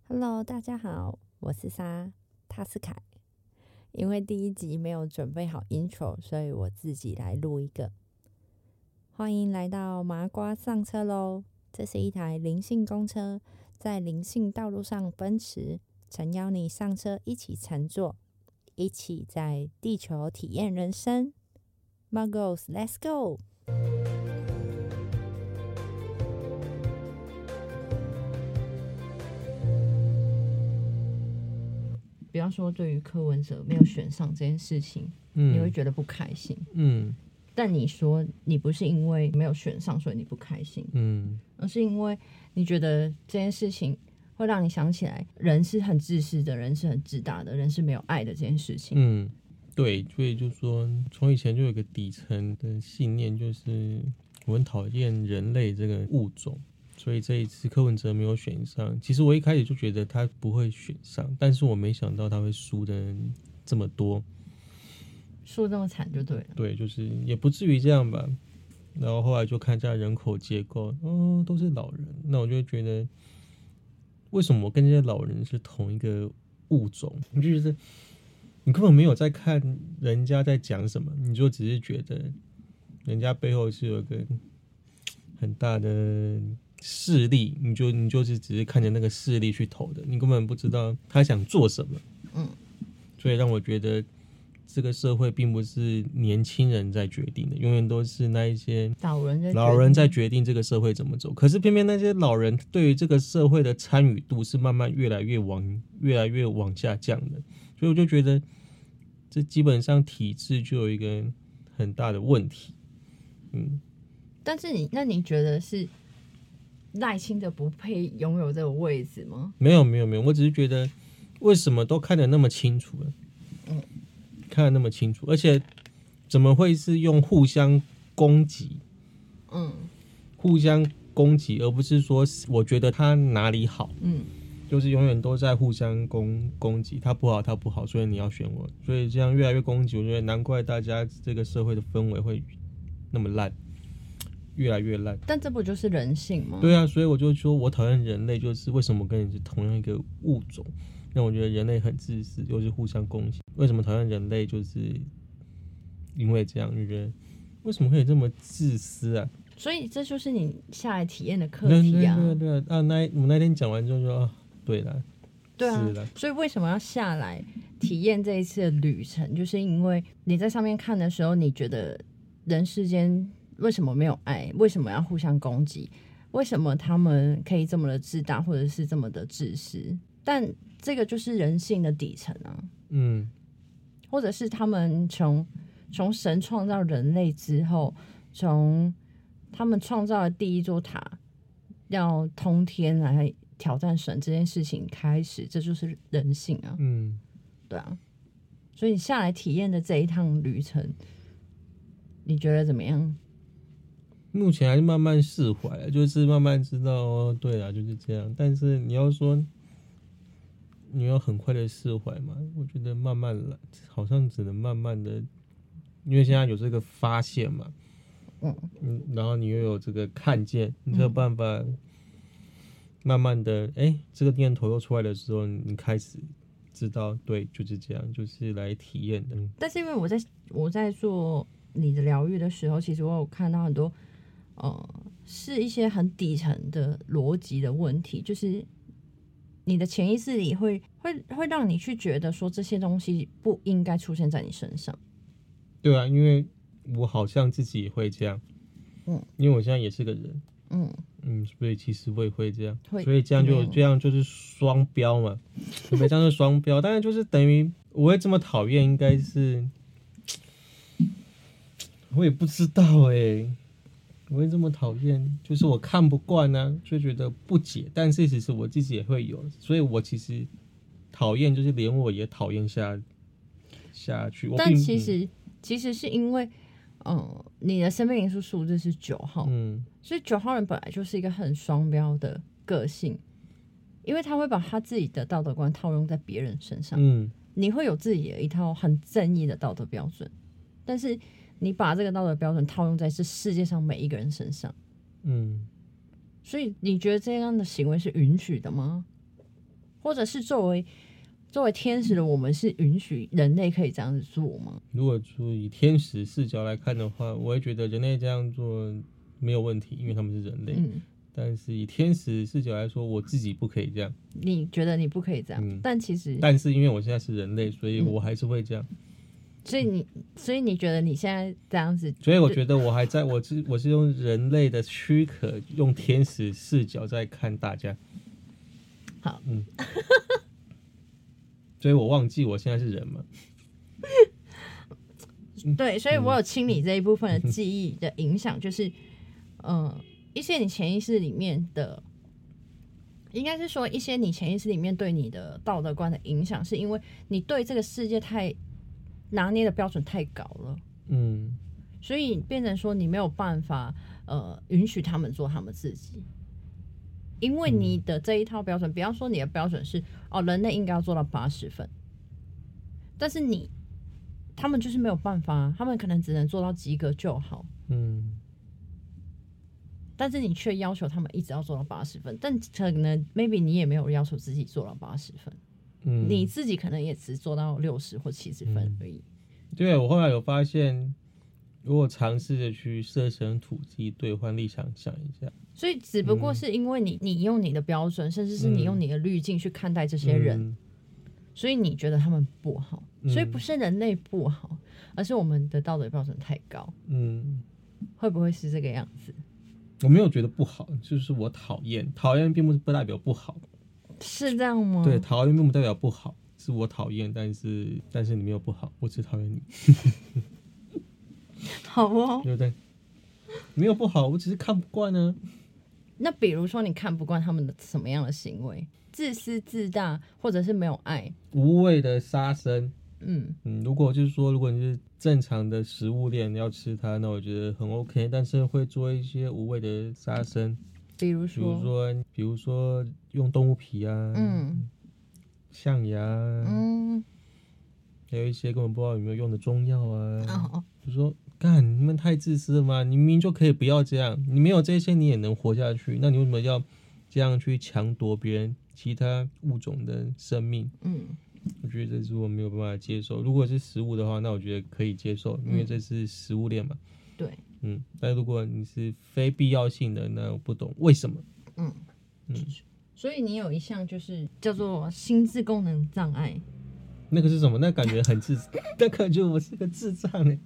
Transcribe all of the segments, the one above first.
Hello，大家好，我是莎，他是凯。因为第一集没有准备好 intro，所以我自己来录一个。欢迎来到麻瓜上车喽！这是一台灵性公车，在灵性道路上奔驰，诚邀你上车一起乘坐，一起在地球体验人生。Muggles, let's go！比方说，对于柯文哲没有选上这件事情，你会觉得不开心。但你说你不是因为没有选上所以你不开心，而是因为你觉得这件事情会让你想起来，人是很自私的，人是很自大的，人是没有爱的这件事情。 对，所以就说从以前就有一个底层的信念，就是我很讨厌人类这个物种。所以这一次柯文哲没有选上，其实我一开始就觉得他不会选上，但是我没想到他会输的这么多， 输这么惨就对了。 对，就是也不至于这样吧。然后后来就看一下人口结构，都是老人，那我就觉得为什么我跟这些老人是同一个物种？你就觉得你根本没有在看人家在讲什么，你就只是觉得人家背后是有一个很大的势力，你就是只是看着那个势力去投的，你根本不知道他想做什么。所以让我觉得这个社会并不是年轻人在决定的，永远都是那一些老人在决定这个社会怎么走。可是偏偏那些老人对于这个社会的参与度是慢慢越来越往下降的，所以我就觉得这基本上体制就有一个很大的问题。 但是你觉得是赖清德不配拥有这个位置吗？ 没有，我只是觉得为什么都看得那么清楚了，看得那么清楚，而且怎么会是用互相攻击？互相攻击，而不是说我觉得他哪里好，就是永远都在互相攻击，他不好，所以你要选我，所以这样越来越攻击，我觉得难怪大家这个社会的氛围会那么烂。越来越烂， 但这不就是人性吗？ 对啊，所以我就说我讨厌人类，就是为什么跟你是同样一个物种，让我觉得人类很自私，又是互相攻击。为什么讨厌人类，就是因为这样，就觉得为什么会有这么自私啊？ 所以这就是你下来体验的课题啊。 对啊，我那天讲完之后说，对啦， 对啊，所以为什么要下来体验这一次的旅程？就是因为你在上面看的时候，你觉得人世间为什么没有爱？为什么要互相攻击？为什么他们可以这么的自大，或者是这么的自私？但这个就是人性的底层啊。或者是他们从神创造人类之后，从他们创造了第一座塔，要通天来挑战神这件事情开始，这就是人性啊。对啊。所以你下来体验的这一趟旅程，你觉得怎么样？ 目前还是慢慢释怀了，就是慢慢知道，对啦，就是这样。但是你要说你要很快的释怀嘛，我觉得慢慢来，好像只能慢慢的，因为现在有这个发现嘛，然后你又有这个看见，你才有办法慢慢的，这个念头又出来的时候，你开始知道，对，就是这样，就是来体验的。 但是因为我在做你的疗愈的时候，其实我有看到很多。是一些很底层的逻辑的问题，就是你的潜意识里会让你去觉得说这些东西不应该出现在你身上。 对啊，因为我好像自己也会这样，因为我现在也是个人，所以其实我也会这样，所以这样就是双标嘛，这样是双标，当然就是等于我会这么讨厌，应该是我也不知道我会这么讨厌，就是我看不惯啊，就觉得不解。但事实是我自己也会有，所以我其实讨厌，就是连我也讨厌下去。 但其实是因为，你的生命灵数字是9号，所以9号人本来就是一个很双标的个性，因为他会把他自己的道德观套用在别人身上。你会有自己的一套很正义的道德标准，但是你把这个道德标准套用在这世界上每一个人身上，所以你觉得这样的行为是允许的吗？ 或者是作为天使的我们是允许人类可以这样子做吗？ 如果说以天使视角来看的话，我会觉得人类这样做没有问题，因为他们是人类。但是以天使视角来说，我自己不可以这样。 你觉得你不可以这样，但是因为我现在是人类，所以我还是会这样。 所以你觉得你现在这样子， 所以我觉得我还在我是用人类的躯壳，用天使视角在看大家。 好， 所以我忘记我现在是人嘛。 对，所以我有清理这一部分的记忆的影响，就是一些你潜意识里面的，应该是说一些你潜意识里面对你的道德观的影响，是因为你对这个世界太拿捏的标准太高了，所以变成说你没有办法允许他们做他们自己，因为你的这一套标准，比方说你的标准是人类应该要做到80分，但是他们就是没有办法，他们可能只能做到及格就好，但是你却要求他们一直要做到80分，但可能 maybe 你也没有要求自己做到80分，你自己可能也只做到60或70分而已。 对，我后来有发现，如果尝试着去设身处地兑换立场想一下， 所以只不过是因为你用你的标准，甚至是你用你的滤镜去看待这些人，所以你觉得他们不好，所以不是人类不好，而是我们的道德标准太高。会不会是这个样子？ 我没有觉得不好，就是我讨厌并不代表不好， 是这样吗？ 对，讨厌并不代表不好，是我讨厌，但是你没有不好，我只讨厌你。 好哦， 对不对？没有不好，我只是看不惯呢。 那比如说你看不惯他们的什么样的行为？自私自大，或者是没有爱， 无谓的杀生。如果就是说，如果你是正常的食物链要吃它，那我觉得很 OK。但是会做一些无谓的杀生，比如说用动物皮啊，象牙，还有一些根本不知道有没有用的中药啊。就说干，你们太自私了吗？你明明就可以不要这样，你没有这些你也能活下去，那你为什么要这样去抢夺别人其他物种的生命？我觉得这是我没有办法接受。如果是食物的话，那我觉得可以接受，因为这是食物链嘛。 对， 但如果你是非必要性的，那我不懂为什么。 所以你有一项就是叫做心智功能障碍， 那个是什么？那感觉很那感觉我是个智障欸。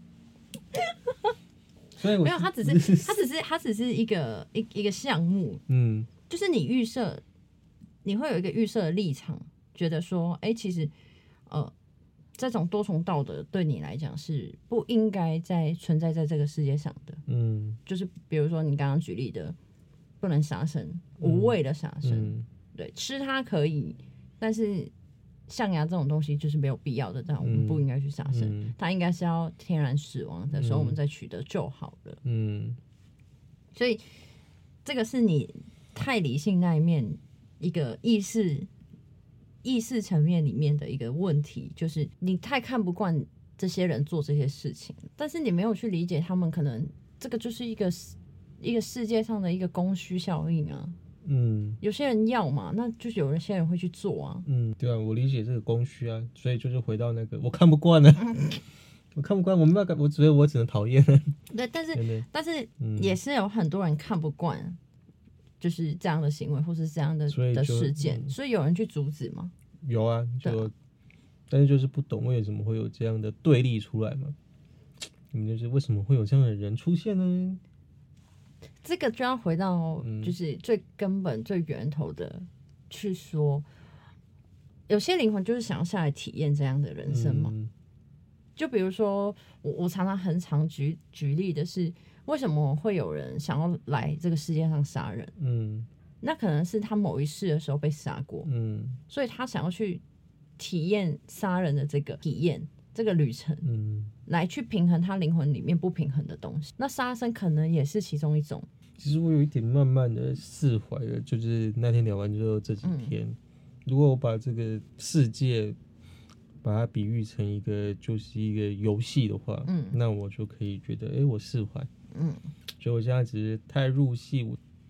所以没有，它只是一个项目，就是你会有一个预设的立场，觉得说，其实，这种多重道德对你来讲是不应该再存在在这个世界上的，就是比如说你刚刚举例的，不能杀生，无谓的杀生，对，吃它可以，但是象牙这种东西就是没有必要的，但我们不应该去杀生，它应该是要天然死亡的时候我们再取得就好了，所以这个是你太理性那一面一个意识层面里面的一个问题，就是你太看不惯这些人做这些事情，但是你没有去理解他们可能这个就是一个世界上的一个供需效应啊。有些人要嘛，那就是有些人会去做啊。 对啊，我理解这个供需啊，所以就是回到那个我看不惯呢，我看不惯，我没办法，我只能讨厌。 对，但是也是有很多人看不惯。就是这样的行为，或是这样的事件，所以有人去阻止吗？ 有啊，但是就是不懂为什么会有这样的对立出来嘛？你们就是为什么会有这样的人出现呢？ 这个就要回到就是最根本、最源头的去说，有些灵魂就是想要下来体验这样的人生嘛。就比如说，我常常很常举例的是。为什么会有人想要来这个世界上杀人？那可能是他某一世的时候被杀过，所以他想要去体验杀人的这个体验，这个旅程，来去平衡他灵魂里面不平衡的东西。那杀生可能也是其中一种。 其实我有一点慢慢的释怀了，就是那天聊完之后这几天，如果我把这个世界把它比喻成就是一个游戏的话，那我就可以觉得，我释怀。所以我现在只是太入戏，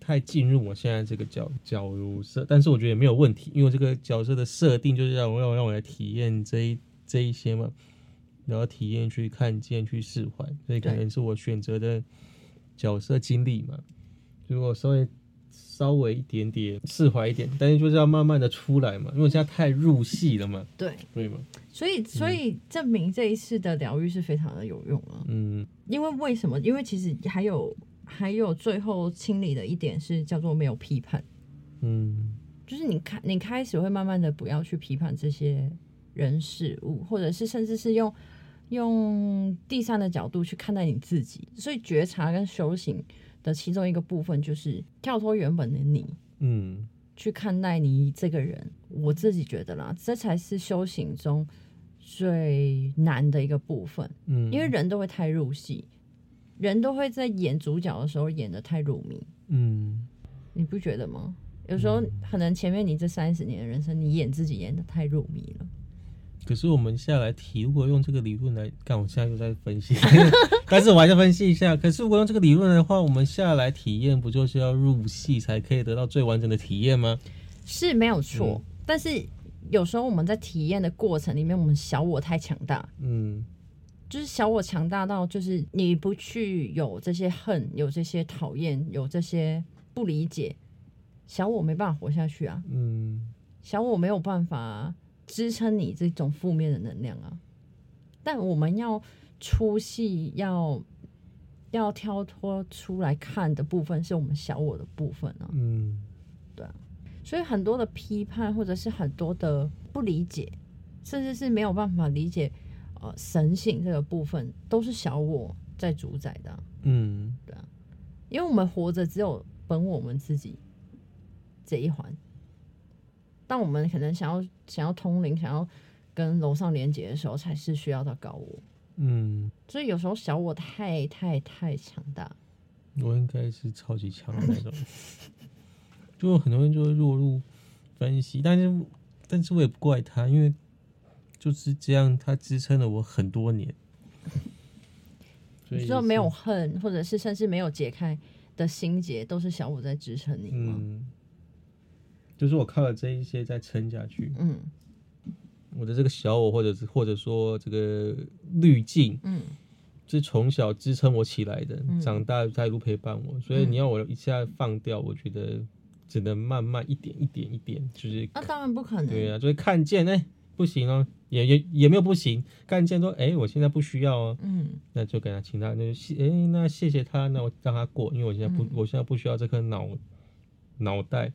太进入我现在这个角色，但是我觉得也没有问题，因为这个角色的设定就是让我来体验这一些嘛，然后体验去看见去释怀，所以可能是我选择的角色经历嘛，如果稍微一点点释怀一点，但是就是要慢慢的出来嘛，因为我现在太入戏了嘛，对吗？ 所以证明这一次的疗愈是非常的有用啊。因为什么？因为其实还有最后清理的一点是叫做没有批判。就是你开始会慢慢的不要去批判这些人事物，或者是甚至是用第三的角度去看待你自己。所以觉察跟修行的其中一个部分就是跳脱原本的你，去看待你这个人。我自己觉得啦，这才是修行中最难的一个部分。因为人都会太入戏，人都会在演主角的时候演得太入迷。你不觉得吗？有时候可能前面你这30年的人生，你演自己演得太入迷了。 可是我们下来如果用这个理论来干，我现在又在分析但是我还是分析一下。可是如果用这个理论的话，我们下来体验不就是要入戏才可以得到最完整的体验吗？ 是没有错，但是有时候我们在体验的过程里面，我们小我太强大，就是小我强大到就是你不去有这些恨，有这些讨厌，有这些不理解，小我没办法活下去啊。小我没有办法支撑你这种负面的能量啊。但我们要出戏，要跳脱出来看的部分，是我们小我的部分啊。对啊。所以很多的批判，或者是很多的不理解，甚至是没有办法理解神性这个部分，都是小我在主宰的啊。对啊。因为我们活着只有本我们自己这一环。当我们可能想要通灵，想要跟楼上连接的时候，才是需要到高我。所以有时候小我太强大。 我应该是超级强的那种。就很多人就会落入分析，但是我也不怪他，因为就是这样，他支撑了我很多年。所以说没有恨，或者是甚至没有解开的心结，都是小我在支撑你吗？ 就是我靠了这一些在撑下去。我的这个小我，或者说这个滤镜，是从小支撑我起来的，长大在一路陪伴我，所以你要我一下放掉，我觉得只能慢慢一点，就是当然不可能。 对啊，就是看见不行哦，也没有不行，看见说我现在不需要哦，那就给他请他，那谢谢他，那我让他过，因为我现在不需要这颗脑袋。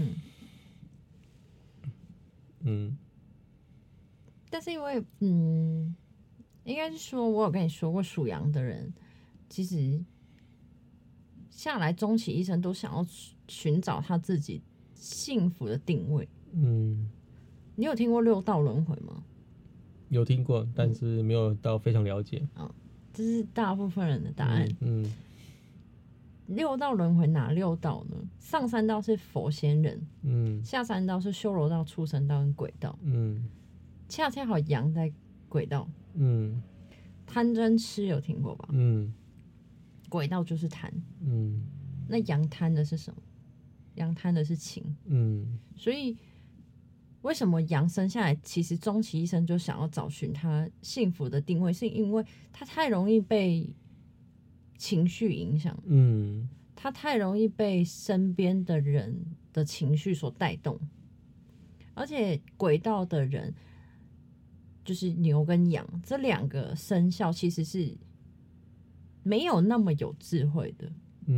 但是因为应该是说，我有跟你说过，属羊的人其实下来终其一生都想要寻找他自己幸福的定位。你有听过6道轮回吗？ 有听过，但是没有到非常了解。 这是大部分人的答案。6道轮回哪6道呢？上3道是佛仙人，下3道是修罗道、畜生道跟鬼道。恰恰好羊在鬼道。贪嗔痴有听过吧？鬼道就是贪。那羊贪的是什么？羊贪的是情。所以为什么羊生下来其实终其一生就想要找寻他幸福的定位，是因为他太容易被情绪影响。他太容易被身边的人的情绪所带动，而且鬼道的人就是牛跟羊这2个生肖其实是没有那么有智慧的。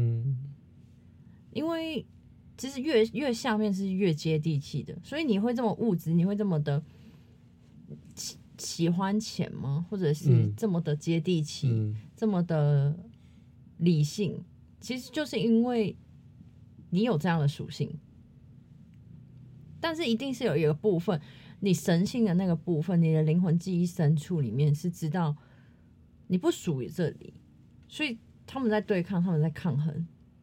因为其实越下面是越接地气的，所以你会这么物质，你会这么的喜欢钱吗？或者是这么的接地气，这么的理性，其实就是因为你有这样的属性。但是一定是有一个部分，你神性的那个部分，你的灵魂记忆深处里面是知道你不属于这里，所以他们在对抗，他们在抗衡。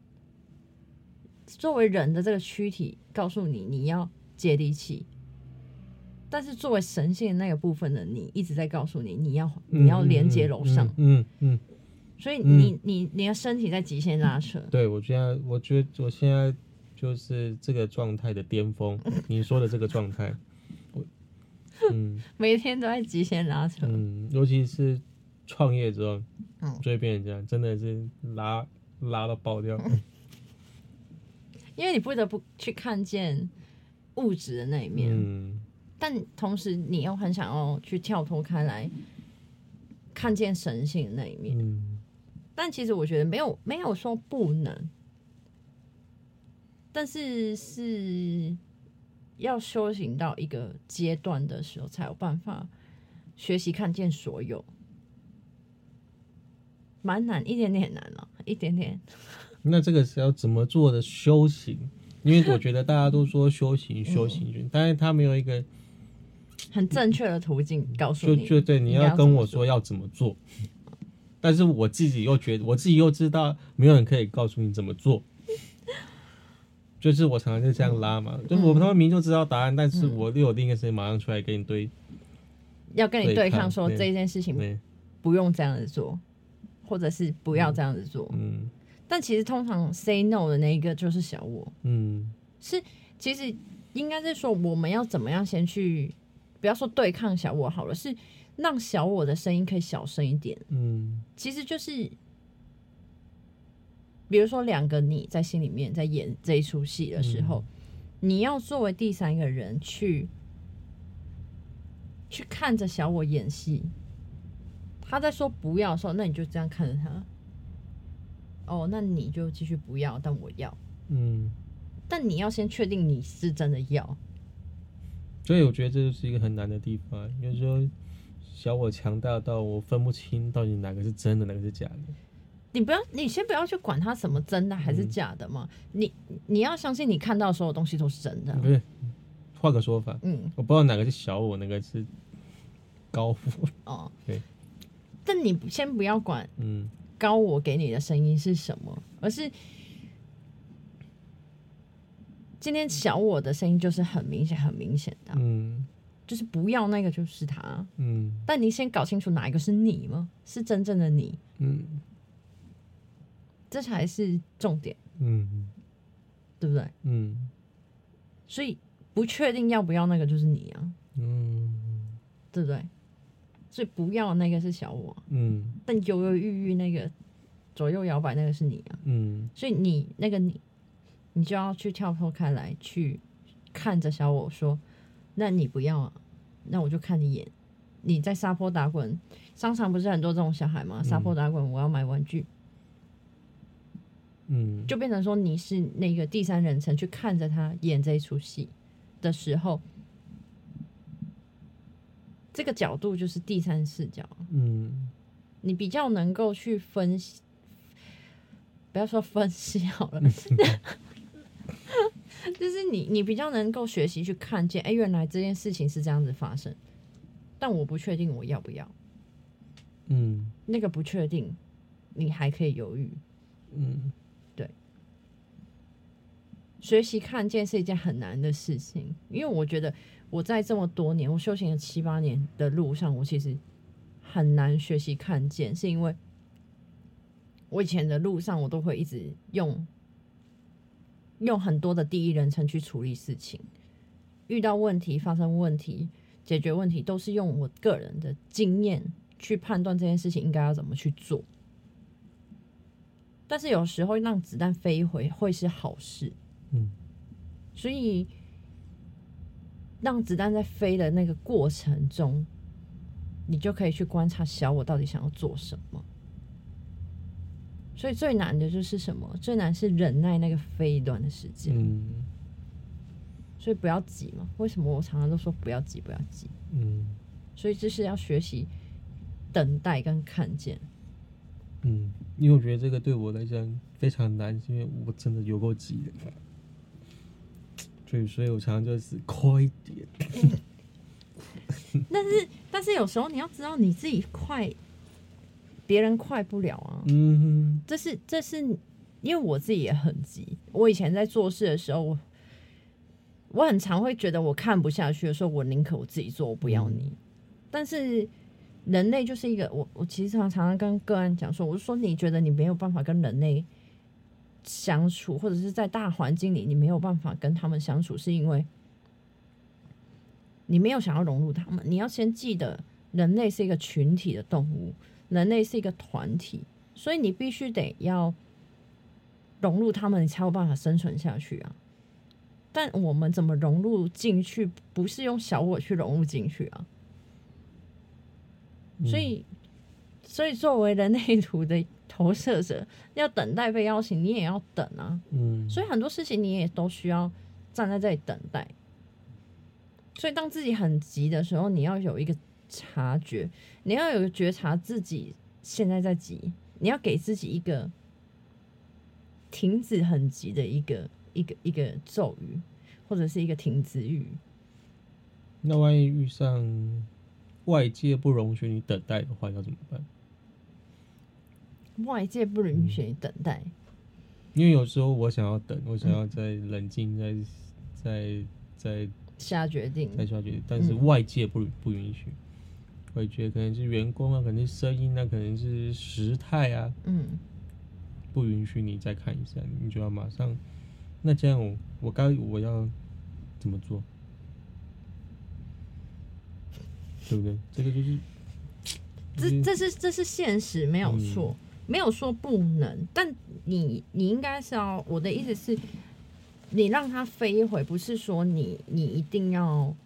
作为人的这个躯体告诉你你要接地气，但是作为神性的那个部分的你一直在告诉你你要连接楼上。 所以你的身体在极限拉扯。 对，我觉得我现在就是这个状态的巅峰，你说的这个状态， 每天都在极限拉扯。 尤其是创业之后，就会变成这样，真的是拉到爆掉。 因为你不得不去看见物质的那一面，但同时你又很想要去跳脱开来，看见神性的那一面。但其实我觉得没有说不能，但是要修行到一个阶段的时候，才有办法学习看见所有，蛮难，一点点难了，一点点。 那这个是要怎么做的修行？因为我觉得大家都说修行，但是他没有一个很正确的途径告诉你。 就对，你要跟我说要怎么做，但是我自己又觉得，我自己又知道，没有人可以告诉你怎么做。就是我常常就这样拉嘛，就是我他们明就知道答案，但是我又有另一个事情马上出来跟你要跟你对抗，说这件事情不用这样子做，或者是不要这样子做。但其实通常 say no 的那一个就是小我。是其实应该是说我们要怎么样先去，不要说对抗小我好了，是让小我的声音可以小声一点。其实就是比如说两个你在心里面在演这一出戏的时候，你要作为第三个人去看着小我演戏，他在说不要的时候，那你就这样看着他。那你就继续不要，但我要。但你要先确定你是真的要。 所以我觉得这就是一个很难的地方，有时候小我强大到我分不清到底哪个是真的，哪个是假的。 你先不要去管它什么真的还是假的嘛。你要相信你看到所有东西都是真的。 不是，换个说法，我不知道哪个是小我，哪个是高我。对。 但你先不要管，高我给你的声音是什么，而是今天小我的声音就是很明显的，就是不要那个就是他，但你先搞清楚哪一个是你吗？是真正的你，这才是重点，对不对？所以不确定要不要那个就是你啊，对不对？所以不要那个是小我，但犹犹豫豫那个左右摇摆那个是你啊，所以你那个你就要去跳脱开来，去看着小我说，那你不要啊，那我就看你演。你在撒泼打滚，商场不是很多这种小孩吗？撒泼打滚，我要买玩具，就变成说你是那个第三人称去看着他演这一出戏的时候。这个角度就是第三视角，你比较能够去分析，不要说分析好了，就是你比较能够学习去看见，原来这件事情是这样子发生，但我不确定我要不要，那个不确定，你还可以犹豫，对，学习看见是一件很难的事情，因为我觉得。我在这么多年，我修行了7、8年的路上，我其实很难学习看见，是因为我以前的路上，我都会一直用很多的第一人称去处理事情，遇到问题、发生问题、解决问题，都是用我个人的经验去判断这件事情应该要怎么去做。但是有时候让子弹飞一回会是好事，所以。让子弹在飞的那个过程中，你就可以去观察小我到底想要做什么。所以最难的就是什么？最难是忍耐那个飞一段的时间。所以不要急嘛。为什么我常常都说不要急，不要急？所以这是要学习等待跟看见。 因为我觉得这个对我来讲非常难，因为我真的有够急的。所以我常常就是快一点。 但是有时候你要知道你自己快，别人快不了啊。这是因为我自己也很急。我以前在做事的时候，我很常会觉得我看不下去的时候，我宁可我自己做，我不要你。但是人类就是一个我其实常常跟个案讲说，我就说你觉得你没有办法跟人类相处，或者是在大环境里你没有办法跟他们相处，是因为你没有想要融入他们。你要先记得，人类是一个群体的动物，人类是一个团体，所以你必须得要融入他们，你才有办法生存下去啊。但我们怎么融入进去，不是用小我去融入进去啊。所以作为人类图的投射者，要等待被邀请，你也要等啊。所以很多事情你也都需要站在这里等待。所以当自己很急的时候，你要有一个察觉，你要有觉察自己现在在急，你要给自己一个停止很急的一个咒语，或者是一个停止语。 那万一遇上外界不容许你等待的话，要怎么办？ 外界不允许你等待， 因为有时候我想要等，我想要再冷静，再下决定， 但是外界不允许。我觉得可能是员工啊，可能是声音啊，可能是时态啊，不允许你再看一下，你就要马上。那这样我要怎么做？对不对？这个就是这是现实，没有错，没有说不能，但你应该是要，我的意思是，你让它飞一回，不是说你一定要，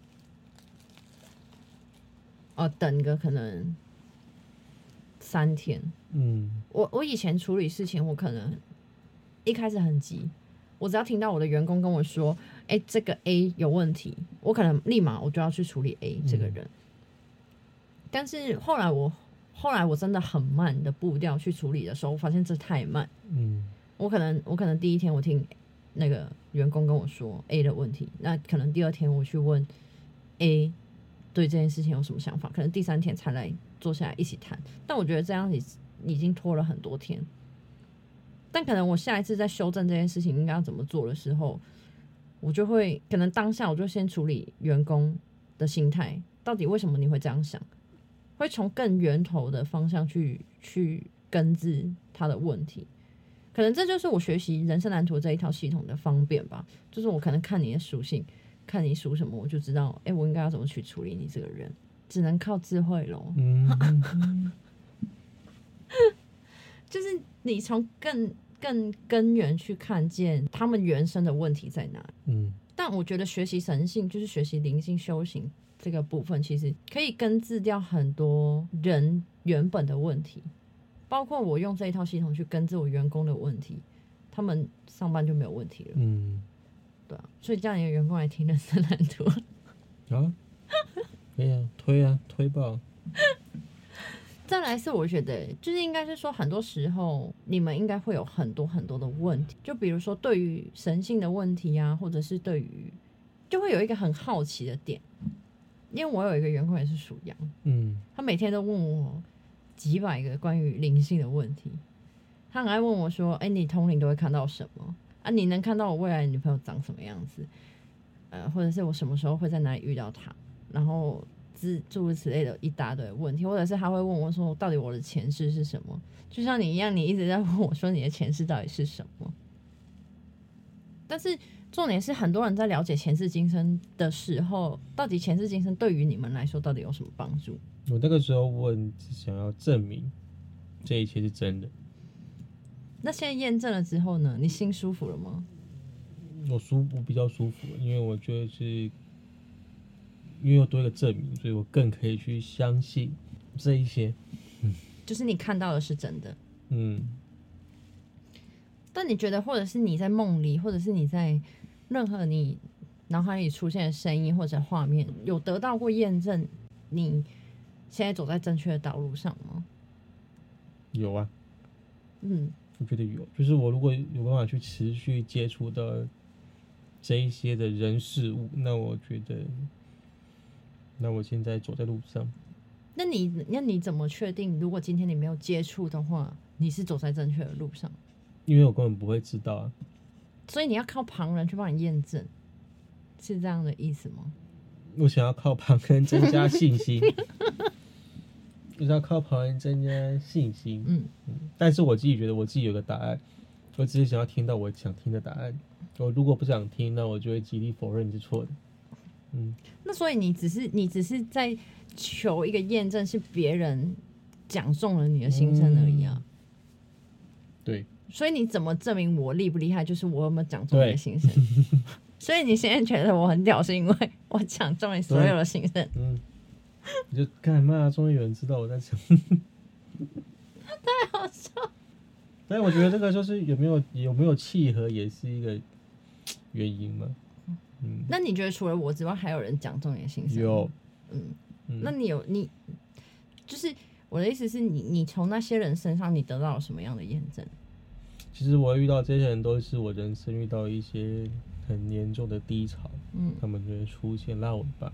等个可能3天。我以前处理事情，我可能一开始很急，我只要听到我的员工跟我说，这个 A 有问题，我可能立马我就要去处理 A 这个人。但是后来我真的很慢的步调去处理的时候，我发现这太慢。我可能第一天我听那个员工跟我说 A 的问题，那可能第2天我去问 A 对这件事情有什么想法，可能第3天才来坐下来一起谈。但我觉得这样已经拖了很多天。但可能我下一次在修正这件事情应该要怎么做的时候，我就会可能当下我就先处理员工的心态，到底为什么你会这样想，会从更源头的方向去根治他的问题。可能这就是我学习人生蓝图这一套系统的方便吧，就是我可能看你的属性，看你属什么，我就知道我应该要怎么去处理你这个人，只能靠智慧咯。就是你从更根源去看见他们原生的问题在哪里。但我觉得学习神性就是学习灵性修行这个部分，其实可以根治掉很多人原本的问题，包括我用这一套系统去根治我员工的问题，他们上班就没有问题了。对啊，所以叫你的员工来听人生蓝图啊，可以啊，推爆。 再来是我觉得就是应该是说，很多时候你们应该会有很多很多的问题，就比如说对于神性的问题啊，或者是对于就会有一个很好奇的点。因为我有一个员工也是属羊，他每天都问我几百个关于灵性的问题。他很爱问我说，你通灵都会看到什么啊？你能看到我未来的女朋友长什么样子？或者是我什么时候会在哪里遇到她？然后诸如此类的一大堆问题，或者是他会问我说，到底我的前世是什么？就像你一样，你一直在问我说你的前世到底是什么？但是重点是，很多人在了解前世今生的时候，到底前世今生对于你们来说到底有什么帮助？ 我那个时候问，想要证明这一切是真的。 那现在验证了之后呢？你心舒服了吗？ 我比较舒服，因为我觉得是。因为有多一个证明，所以我更可以去相信这一些。 就是你看到的是真的。但你觉得，或者是你在梦里，或者是你在任何你脑海里出现的声音或者画面，有得到过验证，你现在走在正确的道路上吗？ 有啊。我觉得有，就是我如果有办法去持续接触到这一些的人事物，那我觉得。那我现在走在路上， 那你怎么确定？如果今天你没有接触的话，你是走在正确的路上？ 因为我根本不会知道啊。 所以你要靠旁人去帮你验证，是这样的意思吗？ 我想要靠旁人增加信心， 就是要靠旁人增加信心。但是我自己觉得我自己有个答案，我只是想要听到我想听的答案。我如果不想听，那我就会极力否认你是错的。 那所以你只是在求一个验证，是别人讲中了你的心声而已啊。 对。 所以你怎么证明我厉不厉害？就是我有没有讲中你的心声。所以你现在觉得我很屌，是因为我讲中你所有的心声。 你就干嘛？终于有人知道我在讲。 太好笑。 但是我觉得这个就是有没有契合，也是一个原因嘛。 那你觉得除了我之外，还有人讲中你的心声？ 有。 那你就是我的意思是你从那些人身上，你得到了什么样的验证？ 其实我遇到这些人都是我人生遇到一些很严重的低潮，他们就会出现拉我一把，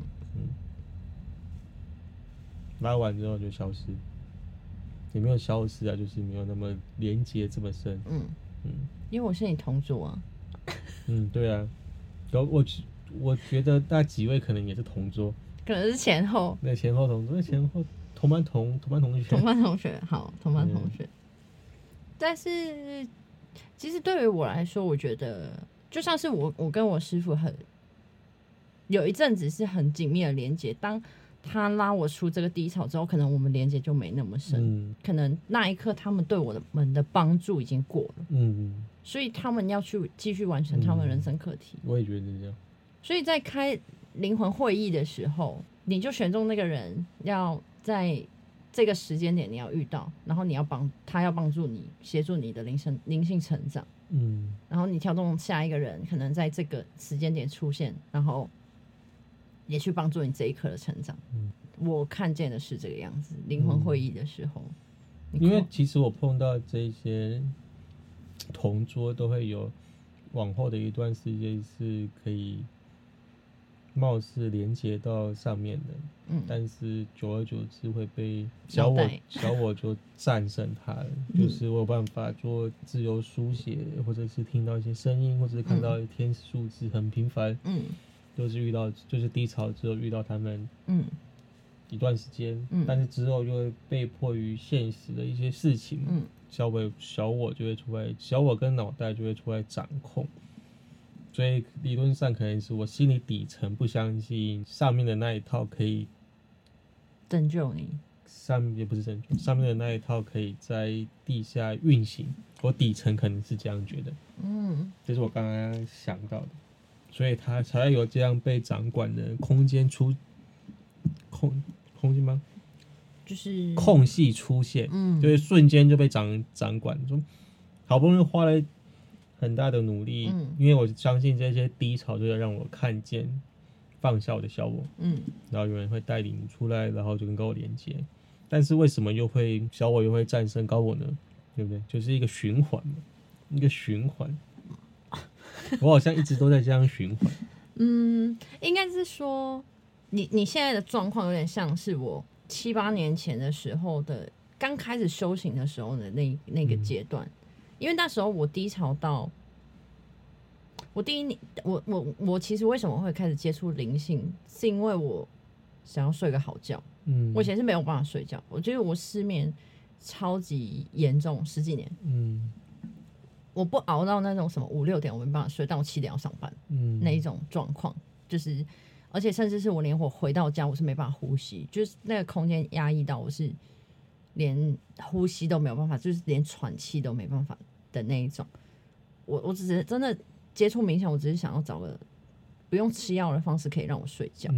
拉完之后就消失，也没有消失啊，就是没有那么连结这么深， 因为我是你同桌啊， 对啊，然后我觉得那几位可能也是同桌， 可能是前后， 那前后同桌，前后同班同学， 好，同班同学。但是其实对于我来说，我觉得就像是我跟我师傅有一阵子是很紧密的连接，当他拉我出这个低潮之后，可能我们连接就没那么深，可能那一刻他们对我们的帮助已经过了，所以他们要去继续完成他们人生课题。 我也觉得是这样。 所以在开灵魂会议的时候，你就选中那个人，要在这个时间点你要遇到，然后他要帮助你，协助你的灵性成长，然后你挑中下一个人，可能在这个时间点出现，然后也去帮助你这一刻的成长。我看见的是这个样子，灵魂会议的时候， 因为其实我碰到这些同桌都会有往后的一段时间是可以貌似连接到上面的，但是久而久之会被小我就战胜它了，就是我有办法做自由书写，或者是听到一些声音，或者是看到天使数字很频繁，就是低潮之后遇到他们，一段时间，但是之后就会被迫于现实的一些事情，小我就会出来，小我跟脑袋就会出来掌控。所以理论上可能是我心里底层不相信上面的那一套可以拯救你， 也不是拯救，上面的那一套可以在地下运行，我底层可能是这样觉得，这是我刚刚想到的，所以他才有这样被掌管的空间空间吗？就是空隙出现，就是瞬间就被掌管，说好不容易花了很大的努力，因为我相信这些低潮就要让我看见放下我的小我，然后有人会带领出来，然后就跟高我连接。但是为什么小我又会战胜高我呢？对不对？就是一个循环嘛，一个循环。我好像一直都在这样循环。 应该是说你现在的状况有点像是我7、8年前的时候的刚开始修行的时候的那个阶段。因为那时候我低潮到，我第一年，我其实为什么会开始接触灵性，是因为我想要睡个好觉。我以前是没有办法睡觉，我觉得我失眠超级严重，10几年。我不熬到那种什么5、6点我没办法睡，但我7点要上班，那一种状况，就是而且甚至是我连我回到家我是没办法呼吸，就是那个空间压抑到我是连呼吸都没有办法，就是连喘气都没办法的那一种。我只是真的接触冥想，我只是想要找个不用吃药的方式可以让我睡觉。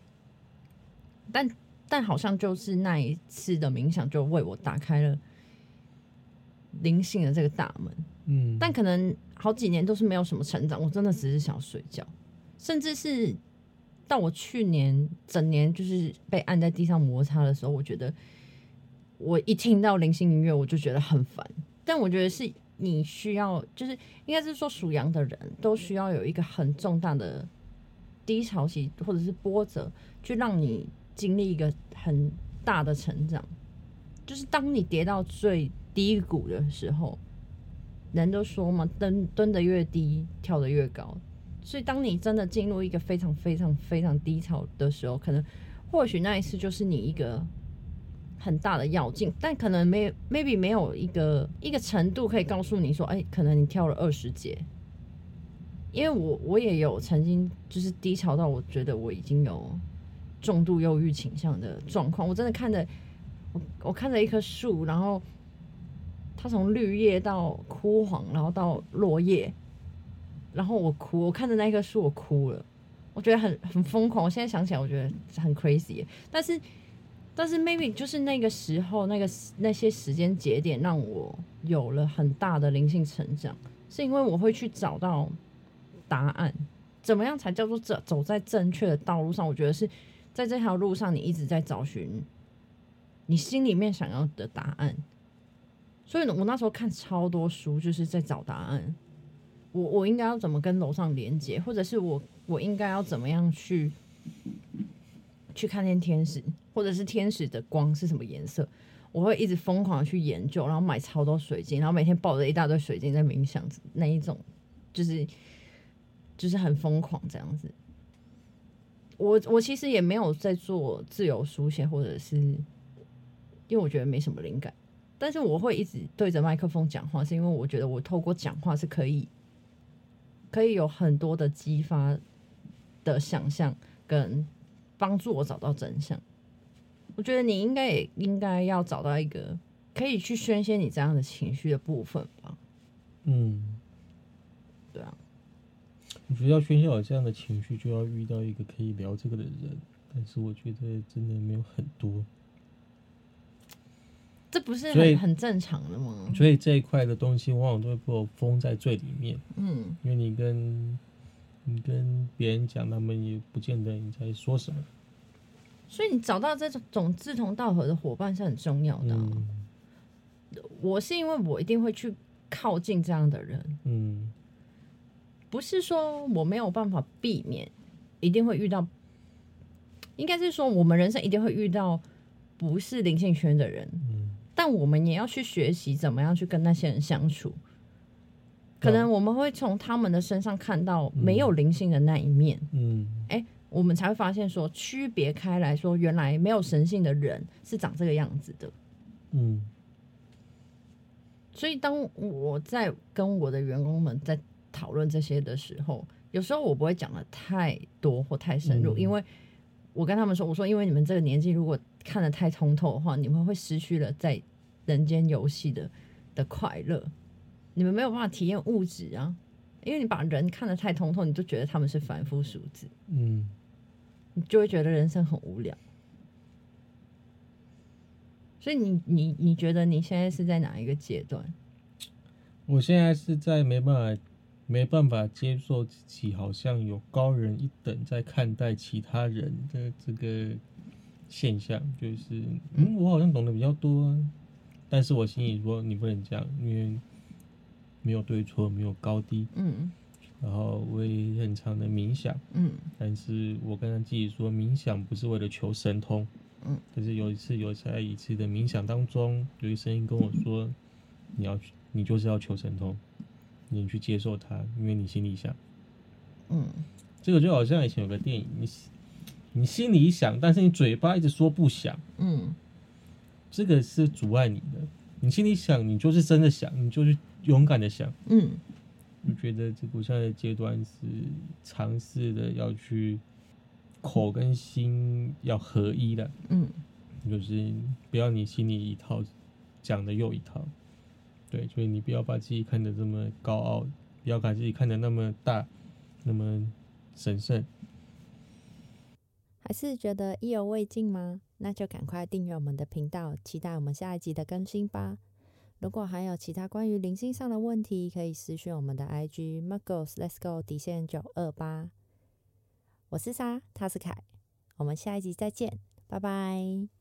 但好像就是那一次的冥想就为我打开了灵性的这个大门。但可能好几年都是没有什么成长，我真的只是想要睡觉，甚至是到我去年整年就是被按在地上摩擦的时候，我觉得我一听到灵性音乐我就觉得很烦。但我觉得是你需要，就是应该是说属羊的人都需要有一个很重大的低潮期或者是波折，去让你经历一个很大的成长。就是当你跌到最低谷的时候，人都说嘛，蹲得越低跳得越高。所以当你真的进入一个非常非常非常低潮的时候，可能或许那一次就是你一个很大的要进，但可能maybe 没有一个程度可以告诉你说，可能你跳了20节。因为我也有曾经就是低潮到我觉得我已经有重度忧郁倾向的状况，我真的我看着一棵树，然后它从绿叶到枯黄，然后到落叶，然后我看着那棵树我哭了，我觉得很疯狂。我现在想起来我觉得很 crazy， 但是 maybe 就是那个时候那些时间节点让我有了很大的灵性成长，是因为我会去找到答案，怎么样才叫做走在正确的道路上？我觉得是在这条路上，你一直在找寻你心里面想要的答案。所以我那时候看超多书，就是在找答案。我应该要怎么跟楼上连接，或者是我应该要怎么样去看见天使，或者是天使的光是什么颜色？我会一直疯狂的去研究，然后买超多水晶，然后每天抱着一大堆水晶在冥想，那一种就是很疯狂这样子。我其实也没有在做自由书写，或者是因为我觉得没什么灵感，但是我会一直对着麦克风讲话，是因为我觉得我透过讲话是可以有很多的激发的想象，跟帮助我找到真相。我觉得你也应该要找到一个可以去宣泄你这样的情绪的部分吧。对啊。 我觉得要宣泄我这样的情绪，就要遇到一个可以聊这个的人，但是我觉得真的没有很多。 这不是很正常的吗？ 所以这一块的东西往往都会被我封在最里面。因为你跟别人讲，他们也不见得你在说什么。 所以你找到这种志同道合的伙伴是很重要的我是因为我一定会去靠近这样的人。不是说我没有办法避免，一定会遇到，应该是说我们人生一定会遇到不是灵性圈的人。但我们也要去学习怎么样去跟那些人相处。可能我们会从他们的身上看到没有灵性的那一面。我们才会发现说区别开来说，原来没有神性的人是长这个样子的。所以当我在跟我的员工们在讨论这些的时候，有时候我不会讲的太多或太深入，因为我跟他们说，我说因为你们这个年纪如果看得太通透的话，你们会失去了在人间游戏的快乐，你们没有办法体验物质啊，因为你把人看得太通透，你就觉得他们是凡夫俗子。你就会觉得人生很无聊。所以你觉得你现在是在哪一个阶段？ 我现在是在没办法接受自己好像有高人一等在看待其他人的这个现象，就是我好像懂得比较多啊，但是我心里说你不能这样，因为没有对错，没有高低。然后我也很常的冥想。但是我跟自己说，冥想不是为了求神通。可是在一次的冥想当中，有一个声音跟我说，你就是要求神通，你去接受它，因为你心里想。这个就好像以前有个电影，你心里想，但是你嘴巴一直说不想。这个是阻碍你的。你心里想，你就是真的想，你就是勇敢的想。我觉得这个现在的阶段是尝试的要去口跟心要合一的。就是不要你心里一套讲的又一套。对，所以你不要把自己看得这么高傲，不要把自己看得那么大，那么神圣。 还是觉得意犹未尽吗？那就赶快订阅我们的频道，期待我们下一集的更新吧。如果还有其他关于灵性上的问题，可以私讯我们的 IG Muggles Let's Go _928。我是莎，他是凯，我们下一集再见，拜拜。